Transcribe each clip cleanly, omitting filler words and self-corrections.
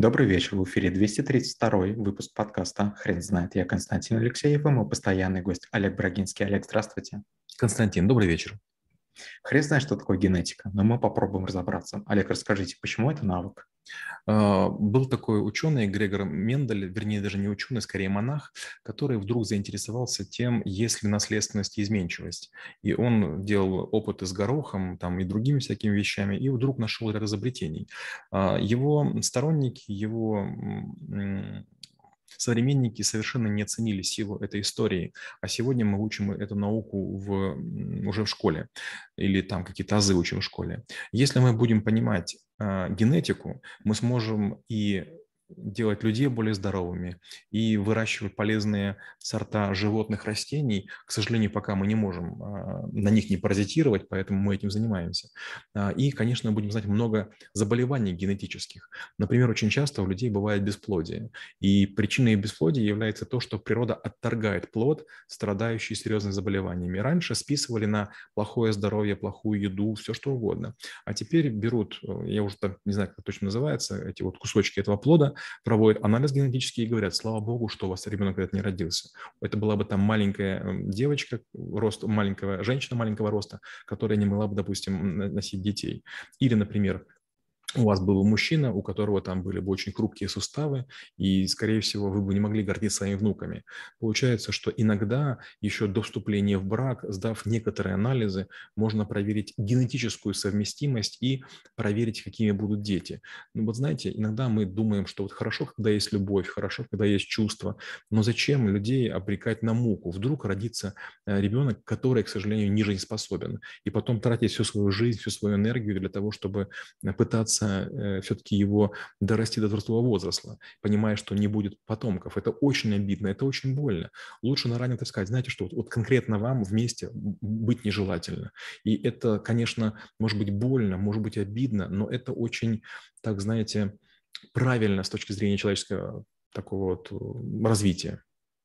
Добрый вечер, в эфире 232 выпуск подкаста «Хрен знает». Я Константин Алексеев и мой постоянный гость Олег Брагинский. Олег, здравствуйте. Константин, добрый вечер. Хрен знает, что такое генетика, но мы попробуем разобраться. Олег, расскажите, почему это навык? Был такой ученый Грегор Мендель, вернее, даже не ученый, скорее монах, который вдруг заинтересовался тем, есть ли наследственность и изменчивость. И он делал опыты с горохом там, и другими всякими вещами, и вдруг нашел ряд изобретений. Его сторонники, его современники совершенно не оценили силу этой истории, а сегодня мы учим эту науку уже в школе или там какие-то азы учим в школе. Если мы будем понимать генетику, мы сможем и делать людей более здоровыми и выращивать полезные сорта животных, растений. К сожалению, пока мы не можем на них не паразитировать, поэтому мы этим занимаемся. И, конечно, будем знать много заболеваний генетических. Например, очень часто у людей бывает бесплодие. И причиной бесплодия является то, что природа отторгает плод, страдающий серьезными заболеваниями. Раньше списывали на плохое здоровье, плохую еду, все что угодно. А теперь берут, я уже там не знаю, как это точно называется, эти вот кусочки этого плода, проводят анализ генетический и говорят: слава богу, что у вас ребенок этот не родился. Это была бы там маленькая девочка, маленькая женщина маленького роста, которая не могла бы, допустим, носить детей. Или, например, у вас был мужчина, у которого там были бы очень хрупкие суставы, и, скорее всего, вы бы не могли гордиться своими внуками. Получается, что иногда еще до вступления в брак, сдав некоторые анализы, можно проверить генетическую совместимость и проверить, какими будут дети. Ну вот знаете, иногда мы думаем, что вот хорошо, когда есть любовь, хорошо, когда есть чувство, но зачем людей обрекать на муку? Вдруг родится ребенок, который, к сожалению, ниже не способен, и потом тратить всю свою жизнь, всю свою энергию для того, чтобы пытаться все-таки его дорасти до взрослого возраста, понимая, что не будет потомков. Это очень обидно, это очень больно. Лучше на ранее сказать: знаете что, вот конкретно вам вместе быть нежелательно. И это, конечно, может быть больно, может быть обидно, но это очень, так знаете, правильно с точки зрения человеческого такого вот развития.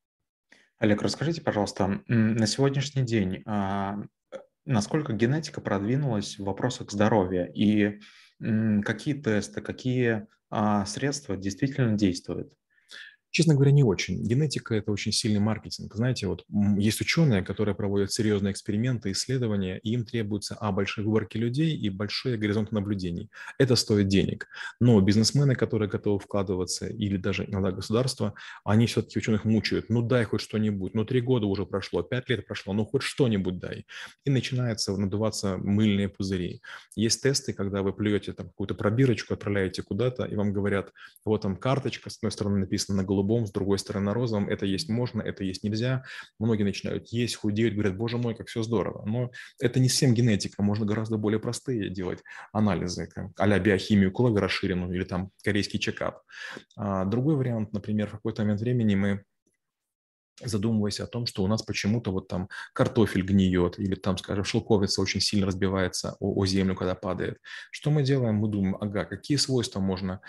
Олег, расскажите, пожалуйста, на сегодняшний день насколько генетика продвинулась в вопросах здоровья и какие тесты, какие средства действительно действуют? Честно говоря, не очень. Генетика – это очень сильный маркетинг. Знаете, вот есть ученые, которые проводят серьезные эксперименты, исследования, и им требуется большой выборки людей и большой горизонт наблюдений. Это стоит денег. Но бизнесмены, которые готовы вкладываться, или даже иногда государство, они все-таки ученых мучают. Ну дай хоть что-нибудь. Ну 3 года уже прошло, 5 лет прошло, ну хоть что-нибудь дай. И начинается надуваться мыльные пузыри. Есть тесты, когда вы плюете там какую-то пробирочку, отправляете куда-то, и вам говорят: вот там карточка, с одной стороны написано на голубом, с другой стороны на розовом, это есть можно, это есть нельзя. Многие начинают есть, худеют, говорят: боже мой, как все здорово. Но это не всем генетика, можно гораздо более простые делать анализы, а-ля биохимию крови расширенную или там корейский чекап. Другой вариант, например, в какой-то момент времени мы задумываясь о том, что у нас почему-то вот там картофель гниет или там, скажем, шелковица очень сильно разбивается о землю, когда падает. Что мы делаем? Мы думаем: ага, какие свойства можно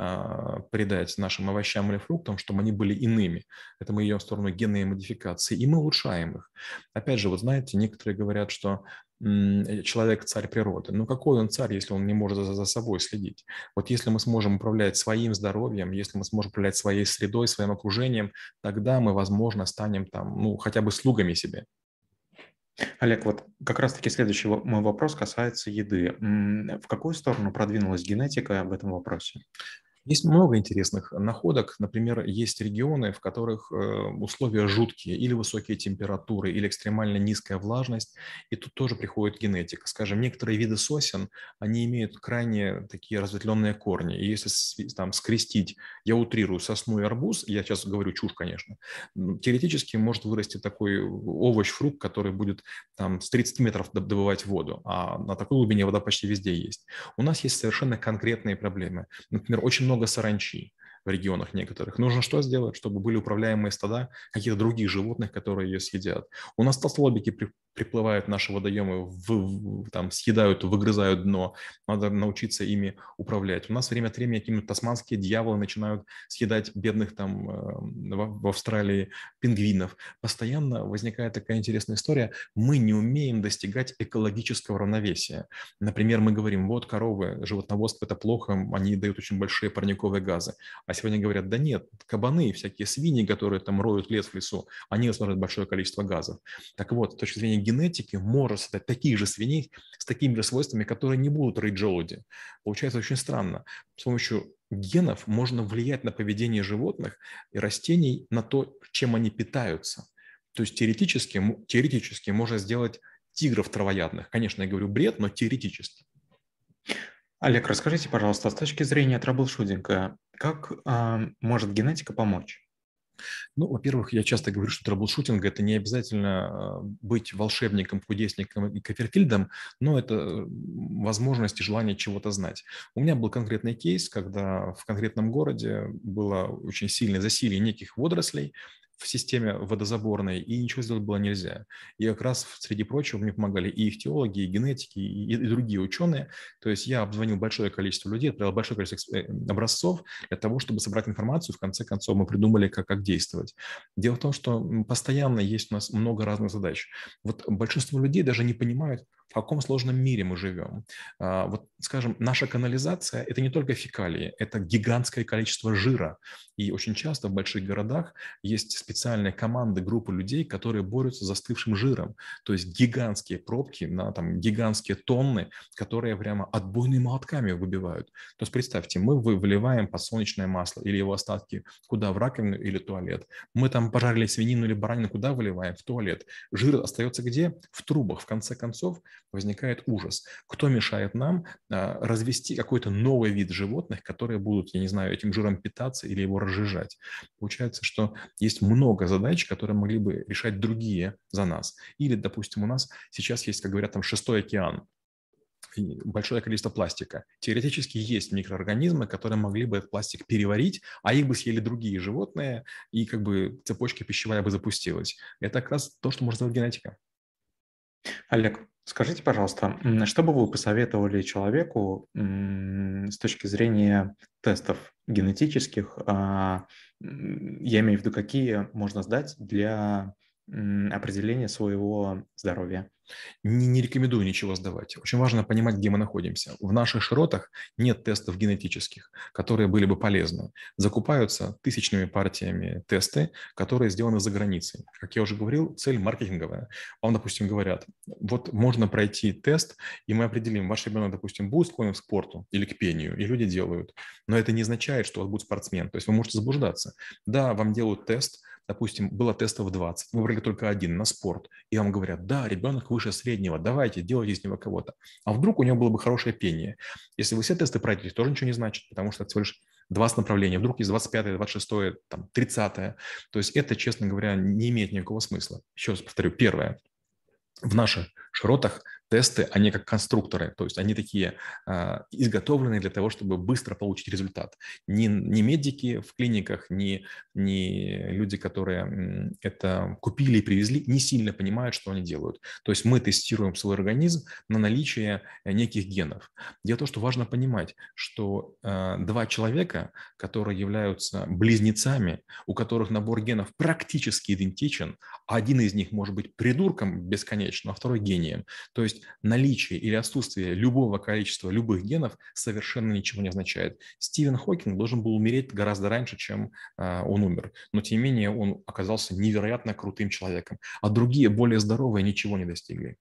придать нашим овощам или фруктам, чтобы они были иными. Это мы идем в сторону генной модификации, и мы улучшаем их. Опять же, вот знаете, некоторые говорят, что человек царь природы. Но какой он царь, если он не может за собой следить? Вот если мы сможем управлять своим здоровьем, если мы сможем управлять своей средой, своим окружением, тогда мы, возможно, станем там, ну, хотя бы слугами себе. Олег, вот как раз-таки следующий мой вопрос касается еды. В какую сторону продвинулась генетика в этом вопросе? Есть много интересных находок. Например, есть регионы, в которых условия жуткие, или высокие температуры, или экстремально низкая влажность, и тут тоже приходит генетика. Скажем, некоторые виды сосен, они имеют крайне такие разветвленные корни, и если там скрестить, я утрирую, сосну и арбуз, я сейчас говорю чушь, конечно, теоретически может вырасти такой овощ, фрукт, который будет там с 30 метров добывать воду, а на такой глубине вода почти везде есть. У нас есть совершенно конкретные проблемы. Например, очень много саранчи в регионах некоторых. Нужно что сделать, чтобы были управляемые стада каких-то других животных, которые ее съедят? У нас толстолобики приплывают в наши водоемы, там, съедают, выгрызают дно. Надо научиться ими управлять. У нас время от времени какие-нибудь тасманские дьяволы начинают съедать бедных там в Австралии пингвинов. Постоянно возникает такая интересная история. Мы не умеем достигать экологического равновесия. Например, мы говорим, вот коровы, животноводство – это плохо, они дают очень большие парниковые газы. А сегодня говорят, да нет, кабаны, всякие свиньи, которые там роют лес в лесу, они высвобождают большое количество газов. Так вот, с точки зрения генетики, можно создать таких же свиней с такими же свойствами, которые не будут рыть желуди. Получается очень странно. С помощью генов можно влиять на поведение животных и растений, на то, чем они питаются. То есть теоретически можно сделать тигров травоядных. Конечно, я говорю бред, но теоретически. Олег, расскажите, пожалуйста, с точки зрения траблшутинга, как может генетика помочь? Ну, во-первых, я часто говорю, что трэблшутинг – это не обязательно быть волшебником, кудесником и Копперфильдом, но это возможность и желание чего-то знать. У меня был конкретный кейс, когда в конкретном городе было очень сильное засилие неких водорослей в системе водозаборной, и ничего сделать было нельзя. И как раз, среди прочего, мне помогали и ихтиологи, и генетики, и другие ученые. То есть я обзвонил большое количество людей, отправил большое количество образцов для того, чтобы собрать информацию. В конце концов, мы придумали, как действовать. Дело в том, что постоянно есть у нас много разных задач. Вот большинство людей даже не понимают, в каком сложном мире мы живем. Вот, скажем, наша канализация – это не только фекалии, это гигантское количество жира. И очень часто в больших городах есть специальные команды, группы людей, которые борются с застывшим жиром. То есть гигантские пробки на там, гигантские тонны, которые прямо отбойными молотками выбивают. То есть представьте, мы выливаем подсолнечное масло или его остатки куда? В раковину или туалет. Мы там пожарили свинину или баранину, куда выливаем? В туалет. Жир остается где? В трубах. В конце концов возникает ужас. Кто мешает нам развести какой-то новый вид животных, которые будут, я не знаю, этим жиром питаться или его разжижать? Получается, что есть много задач, которые могли бы решать другие за нас. Или, допустим, у нас сейчас есть, как говорят, там шестой океан, большое количество пластика. Теоретически есть микроорганизмы, которые могли бы этот пластик переварить, а их бы съели другие животные, и как бы цепочка пищевая бы запустилась. Это как раз то, что может сделать генетика. Олег, скажите, пожалуйста, что бы вы посоветовали человеку с точки зрения тестов генетических? Я имею в виду, какие можно сдать для определения своего здоровья? Не рекомендую ничего сдавать. Очень важно понимать, где мы находимся. В наших широтах нет тестов генетических, которые были бы полезны. Закупаются тысячными партиями тесты, которые сделаны за границей. Как я уже говорил, цель маркетинговая. Вам, допустим, говорят, вот можно пройти тест, и мы определим, ваш ребенок, допустим, будет склонен к спорту или к пению, и люди делают. Но это не означает, что у вас будет спортсмен. То есть вы можете заблуждаться. Да, вам делают тест, допустим, было тестов 20, выбрали только один на спорт, и вам говорят, да, ребенок выше среднего, давайте, делайте из него кого-то. А вдруг у него было бы хорошее пение? Если вы все тесты пройдете, тоже ничего не значит, потому что это всего лишь 20 направлений, вдруг есть 25-е, 26-е, 30-е. То есть это, честно говоря, не имеет никакого смысла. Еще раз повторю, первое. В наших широтах тесты, они как конструкторы, то есть они такие изготовленные для того, чтобы быстро получить результат. Не медики в клиниках, не люди, которые это купили и привезли, не сильно понимают, что они делают. То есть мы тестируем свой организм на наличие неких генов. Дело в том, что важно понимать, что два человека, которые являются близнецами, у которых набор генов практически идентичен, один из них может быть придурком бесконечно, а второй гением. То есть наличие или отсутствие любого количества любых генов совершенно ничего не означает. Стивен Хокинг должен был умереть гораздо раньше, чем он умер. Но тем не менее он оказался невероятно крутым человеком. А другие, более здоровые, ничего не достигли.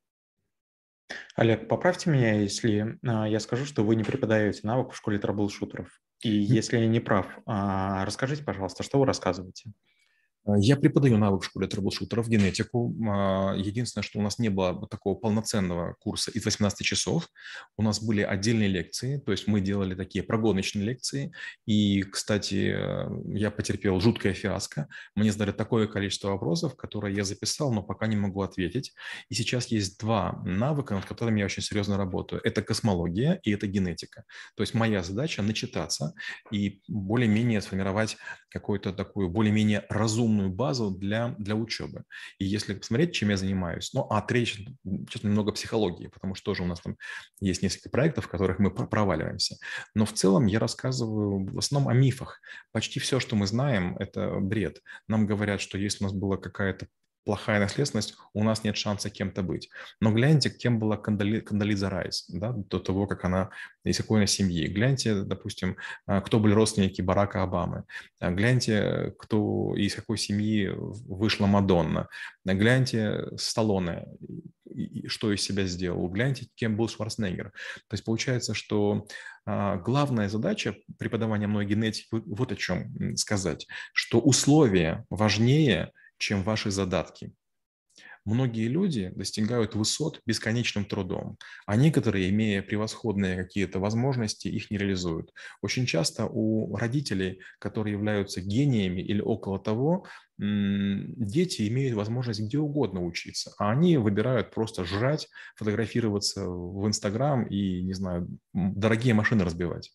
Олег, поправьте меня, если я скажу, что вы не преподаете навык в школе трэблшутеров. И если я не прав, расскажите, пожалуйста, что вы рассказываете? Я преподаю навык в школе трэблшутеров, генетику. Единственное, что у нас не было такого полноценного курса из 18 часов. У нас были отдельные лекции, то есть мы делали такие прогоночные лекции. И, кстати, я потерпел жуткое фиаско. Мне задали такое количество вопросов, которые я записал, но пока не могу ответить. И сейчас есть два навыка, над которыми я очень серьезно работаю. Это космология и это генетика. То есть моя задача начитаться и более-менее сформировать какую-то такую более-менее разумную информационную базу для учебы. И если посмотреть, чем я занимаюсь, речь, честно, немного психологии, потому что тоже у нас там есть несколько проектов, в которых мы проваливаемся. Но в целом я рассказываю в основном о мифах. Почти все, что мы знаем, это бред. Нам говорят, что если у нас была какая-то плохая наследственность, у нас нет шанса кем-то быть. Но гляньте, кем была Кондолиза Райс, да, до того, как она из какой она семьи. Гляньте, допустим, кто были родственники Барака Обамы. Гляньте, кто из какой семьи вышла Мадонна. Гляньте Сталлоне, что из себя сделал. Гляньте, кем был Шварценеггер. То есть получается, что главная задача преподавания мной генетики вот о чем сказать, что условия важнее, чем ваши задатки. Многие люди достигают высот бесконечным трудом, а некоторые, имея превосходные какие-то возможности, их не реализуют. Очень часто у родителей, которые являются гениями или около того, дети имеют возможность где угодно учиться, а они выбирают просто жрать, фотографироваться в Инстаграм и, не знаю, дорогие машины разбивать.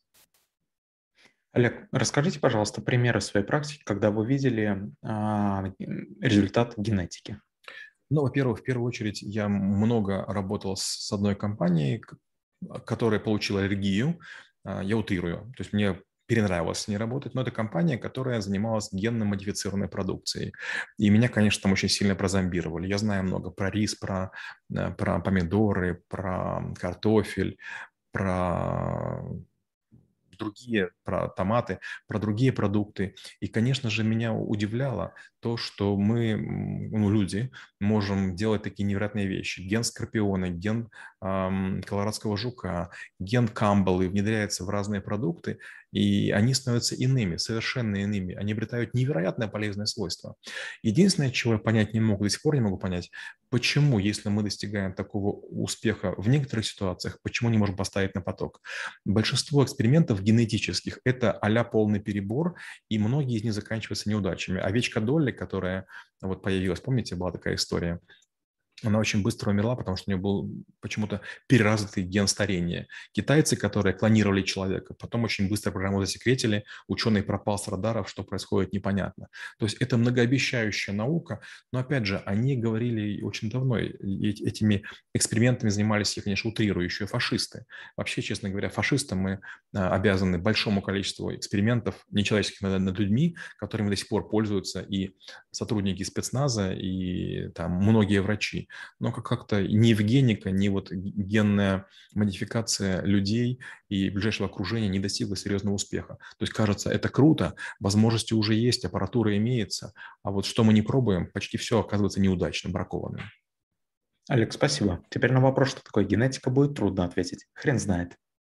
Олег, расскажите, пожалуйста, примеры своей практики, когда вы видели результат генетики. Во-первых, в первую очередь, я много работал с одной компанией, которая получила аллергию. Я утрирую. То есть мне перенравилось с ней работать, но это компания, которая занималась генно-модифицированной продукцией. И меня, конечно, там очень сильно прозомбировали. Я знаю много про рис, про помидоры, про картофель, про про томаты, про другие продукты. И, конечно же, меня удивляло то, что мы, люди, можем делать такие невероятные вещи. Ген скорпиона, ген колорадского жука, ген камбалы внедряется в разные продукты, и они становятся иными, совершенно иными. Они обретают невероятное полезное свойство. Единственное, чего я понять не могу, до сих пор не могу понять, почему, если мы достигаем такого успеха в некоторых ситуациях, почему не можем поставить на поток? Большинство экспериментов генетических – это а-ля полный перебор, и многие из них заканчиваются неудачами. Овечка Долли, которая вот появилась, помните, была такая история? Она очень быстро умерла, потому что у нее был почему-то переразвитый ген старения. Китайцы, которые клонировали человека, потом очень быстро программу засекретили, ученый пропал с радаров, что происходит, непонятно. То есть это многообещающая наука, но опять же, они говорили очень давно, и этими экспериментами занимались, я, конечно, утрирую, еще и фашисты. Вообще, честно говоря, фашистам мы обязаны большому количеству экспериментов нечеловеческих над людьми, которыми до сих пор пользуются и сотрудники спецназа, и там многие врачи. Но как-то ни Евгеника, ни вот генная модификация людей и ближайшего окружения не достигла серьезного успеха. То есть, кажется, это круто, возможности уже есть, аппаратура имеется, а вот что мы не пробуем, почти все оказывается неудачным, бракованным. Олег, спасибо. Теперь на вопрос, что такое генетика, будет трудно ответить. Хрен знает.